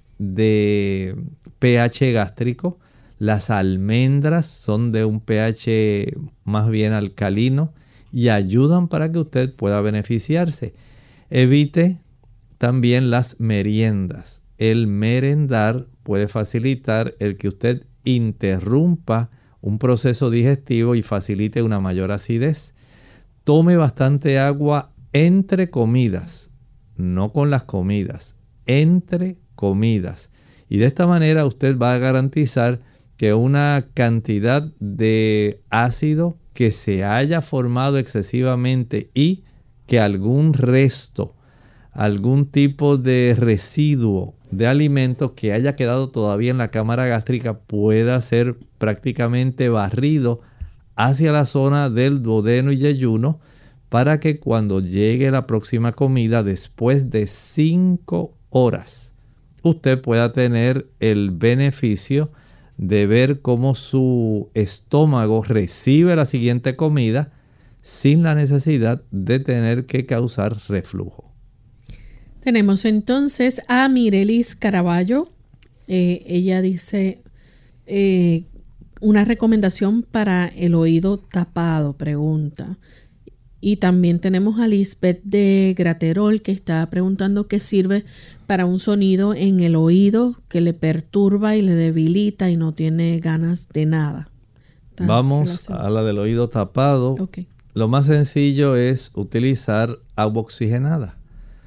de pH gástrico. Las almendras son de un pH más bien alcalino y ayudan para que usted pueda beneficiarse. Evite también las meriendas. El merendar puede facilitar el que usted interrumpa un proceso digestivo y facilite una mayor acidez. Tome bastante agua entre comidas, no con las comidas, entre comidas. Y de esta manera usted va a garantizar que una cantidad de ácido que se haya formado excesivamente y que algún resto, algún tipo de residuo de alimento que haya quedado todavía en la cámara gástrica pueda ser prácticamente barrido hacia la zona del duodeno y yeyuno para que cuando llegue la próxima comida después de cinco horas usted pueda tener el beneficio de ver cómo su estómago recibe la siguiente comida, sin la necesidad de tener que causar reflujo. Tenemos entonces a Mirelis Caraballo. Eh, ella dice eh, una recomendación para el oído tapado, pregunta. Y también tenemos a Lisbeth de Graterol, que está preguntando qué sirve para un sonido en el oído que le perturba y le debilita y no tiene ganas de nada. Está Vamos a la del oído tapado. Okay. Lo más sencillo es utilizar agua oxigenada.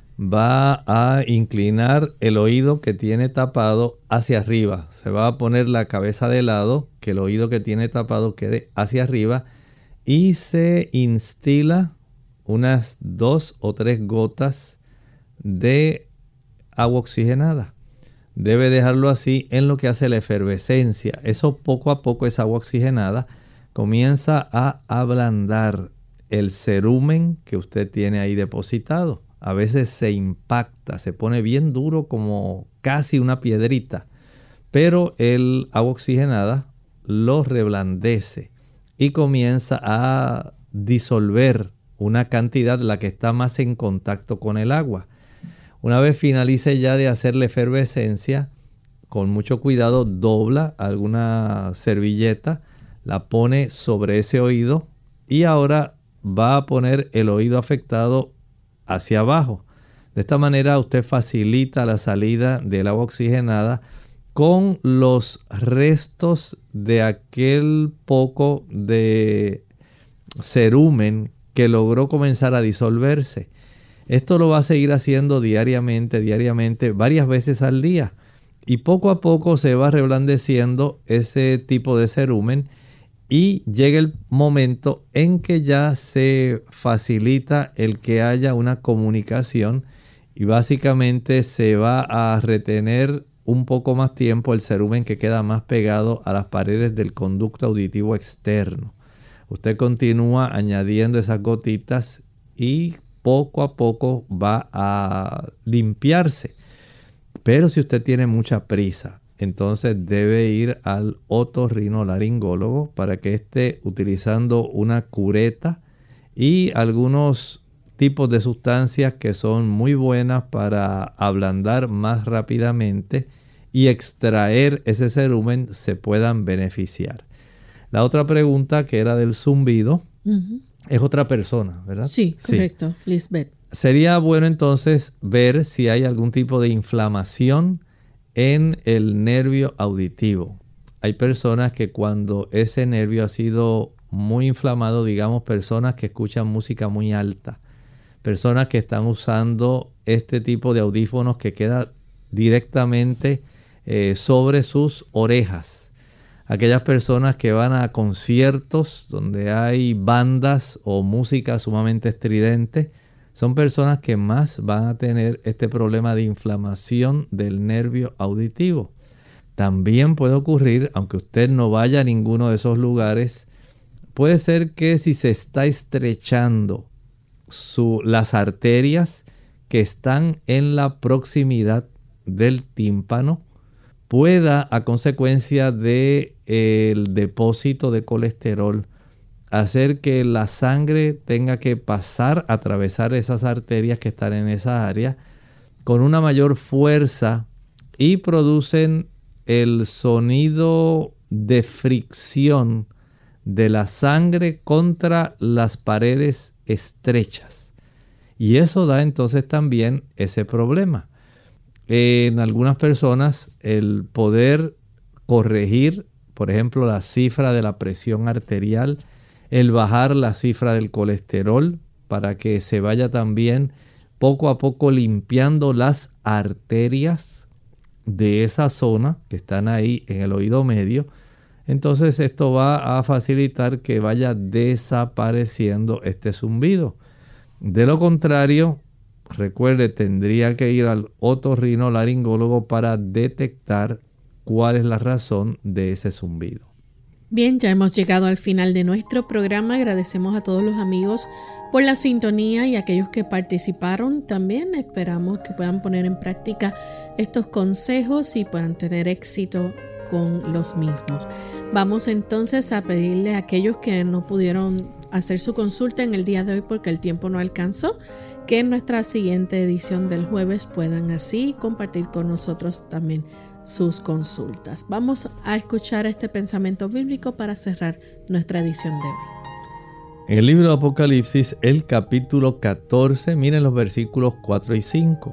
Va a inclinar el oído que tiene tapado hacia arriba. Se va a poner la cabeza de lado, que el oído que tiene tapado quede hacia arriba, y se instila unas dos o tres gotas de agua oxigenada. Debe dejarlo así en lo que hace la efervescencia. Eso poco a poco, esa agua oxigenada comienza a ablandar el cerumen que usted tiene ahí depositado. A veces se impacta, se pone bien duro como casi una piedrita, pero el agua oxigenada lo reblandece y comienza a disolver una cantidad, la que está más en contacto con el agua. Una vez finalice ya de hacer la efervescencia, con mucho cuidado dobla alguna servilleta, la pone sobre ese oído y ahora va a poner el oído afectado hacia abajo. De esta manera usted facilita la salida del agua oxigenada con los restos de aquel poco de cerumen que logró comenzar a disolverse. Esto lo va a seguir haciendo diariamente, diariamente, varias veces al día. Y poco a poco se va reblandeciendo ese tipo de cerumen y llega el momento en que ya se facilita el que haya una comunicación y básicamente se va a retener un poco más tiempo el cerumen que queda más pegado a las paredes del conducto auditivo externo. Usted continúa añadiendo esas gotitas y poco a poco va a limpiarse. Pero si usted tiene mucha prisa, entonces debe ir al otorrinolaringólogo para que esté utilizando una cureta y algunos tipos de sustancias que son muy buenas para ablandar más rápidamente y extraer ese cerumen se puedan beneficiar. La otra pregunta, que era del zumbido, uh-huh. es otra persona, ¿verdad? Sí, correcto, sí. Lisbeth. Sería bueno entonces ver si hay algún tipo de inflamación en el nervio auditivo. Hay personas que cuando ese nervio ha sido muy inflamado, digamos personas que escuchan música muy alta, personas que están usando este tipo de audífonos que queda directamente eh, sobre sus orejas, aquellas personas que van a conciertos donde hay bandas o música sumamente estridente, son personas que más van a tener este problema de inflamación del nervio auditivo. También puede ocurrir, aunque usted no vaya a ninguno de esos lugares, puede ser que si se está estrechando su, las arterias que están en la proximidad del tímpano, pueda, a consecuencia del depósito de colesterol, hacer que la sangre tenga que pasar, atravesar esas arterias que están en esa área con una mayor fuerza y producen el sonido de fricción de la sangre contra las paredes estrechas. Y eso da entonces también ese problema. En algunas personas el poder corregir, por ejemplo, la cifra de la presión arterial, el bajar la cifra del colesterol para que se vaya también poco a poco limpiando las arterias de esa zona que están ahí en el oído medio. Entonces esto va a facilitar que vaya desapareciendo este zumbido. De lo contrario, recuerde, tendría que ir al otorrinolaringólogo para detectar cuál es la razón de ese zumbido. Bien, ya hemos llegado al final de nuestro programa. Agradecemos a todos los amigos por la sintonía y a aquellos que participaron también. Esperamos que puedan poner en práctica estos consejos y puedan tener éxito con los mismos. Vamos entonces a pedirle a aquellos que no pudieron hacer su consulta en el día de hoy porque el tiempo no alcanzó, que en nuestra siguiente edición del jueves puedan así compartir con nosotros también sus consultas. Vamos a escuchar este pensamiento bíblico para cerrar nuestra edición de hoy. En el libro de Apocalipsis, el capítulo catorce, miren los versículos cuatro y cinco.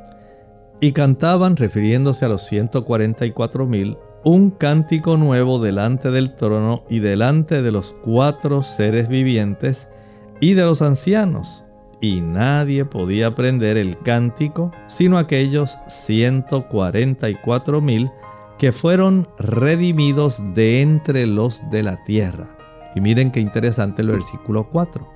Y cantaban, refiriéndose a los ciento cuarenta y cuatro mil, un cántico nuevo delante del trono y delante de los cuatro seres vivientes y de los ancianos. Y nadie podía aprender el cántico sino aquellos ciento cuarenta y cuatro mil que fueron redimidos de entre los de la tierra. Y miren qué interesante el versículo cuatro.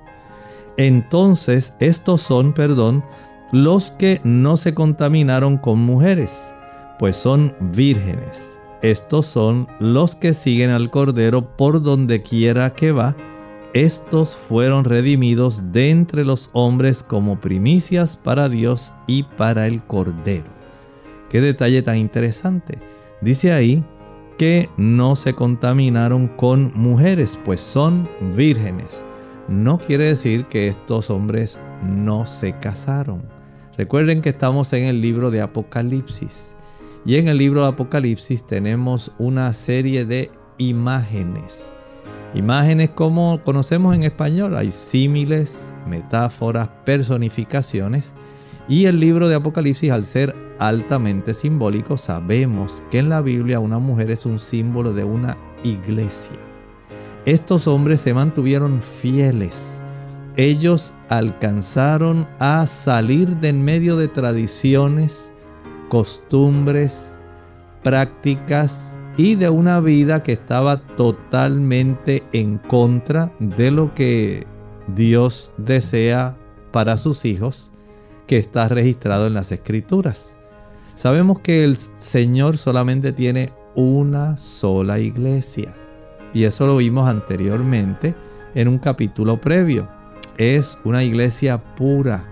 Entonces estos son, perdón, los que no se contaminaron con mujeres, pues son vírgenes. Estos son los que siguen al Cordero por donde quiera que va. Estos fueron redimidos de entre los hombres como primicias para Dios y para el Cordero. Qué detalle tan interesante. Dice ahí que no se contaminaron con mujeres, pues son vírgenes. No quiere decir que estos hombres no se casaron. Recuerden que estamos en el libro de Apocalipsis. Y en el libro de Apocalipsis tenemos una serie de imágenes. Imágenes como conocemos en español, hay símiles, metáforas, personificaciones. Y el libro de Apocalipsis, al ser altamente simbólico, sabemos que en la Biblia una mujer es un símbolo de una iglesia. Estos hombres se mantuvieron fieles. Ellos alcanzaron a salir de en medio de tradiciones, costumbres, prácticas y de una vida que estaba totalmente en contra de lo que Dios desea para sus hijos, que está registrado en las Escrituras. Sabemos que el Señor solamente tiene una sola iglesia, y eso lo vimos anteriormente en un capítulo previo. Es una iglesia pura,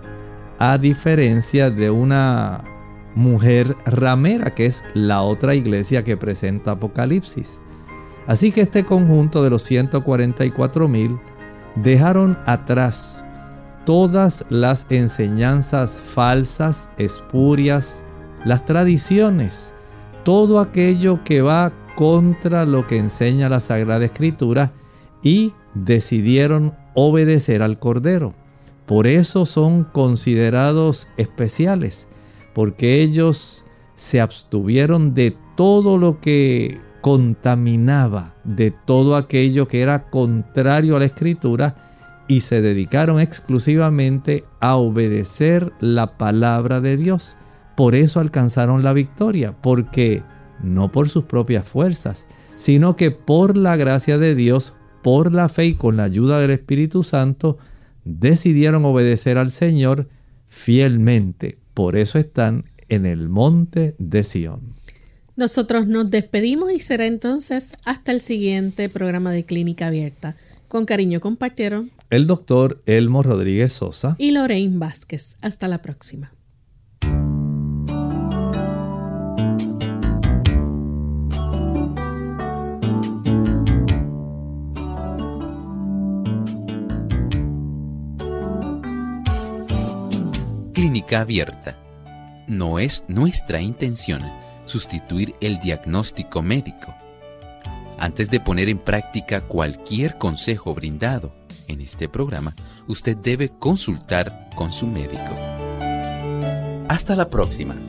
a diferencia de una mujer ramera, que es la otra iglesia que presenta Apocalipsis. Así que este conjunto de los ciento cuarenta y cuatro mil dejaron atrás todas las enseñanzas falsas, espurias, las tradiciones, todo aquello que va contra lo que enseña la Sagrada Escritura, y decidieron obedecer al Cordero. Por eso son considerados especiales, porque ellos se abstuvieron de todo lo que contaminaba, de todo aquello que era contrario a la Escritura, y se dedicaron exclusivamente a obedecer la palabra de Dios. Por eso alcanzaron la victoria, porque no por sus propias fuerzas, sino que por la gracia de Dios, por la fe y con la ayuda del Espíritu Santo, decidieron obedecer al Señor fielmente. Por eso están en el monte de Sión. Nosotros nos despedimos y será entonces hasta el siguiente programa de Clínica Abierta. Con cariño compartieron el doctor Elmo Rodríguez Sosa y Lorraine Vázquez. Hasta la próxima. Clínica Abierta. No es nuestra intención sustituir el diagnóstico médico. Antes de poner en práctica cualquier consejo brindado en este programa, usted debe consultar con su médico. Hasta la próxima.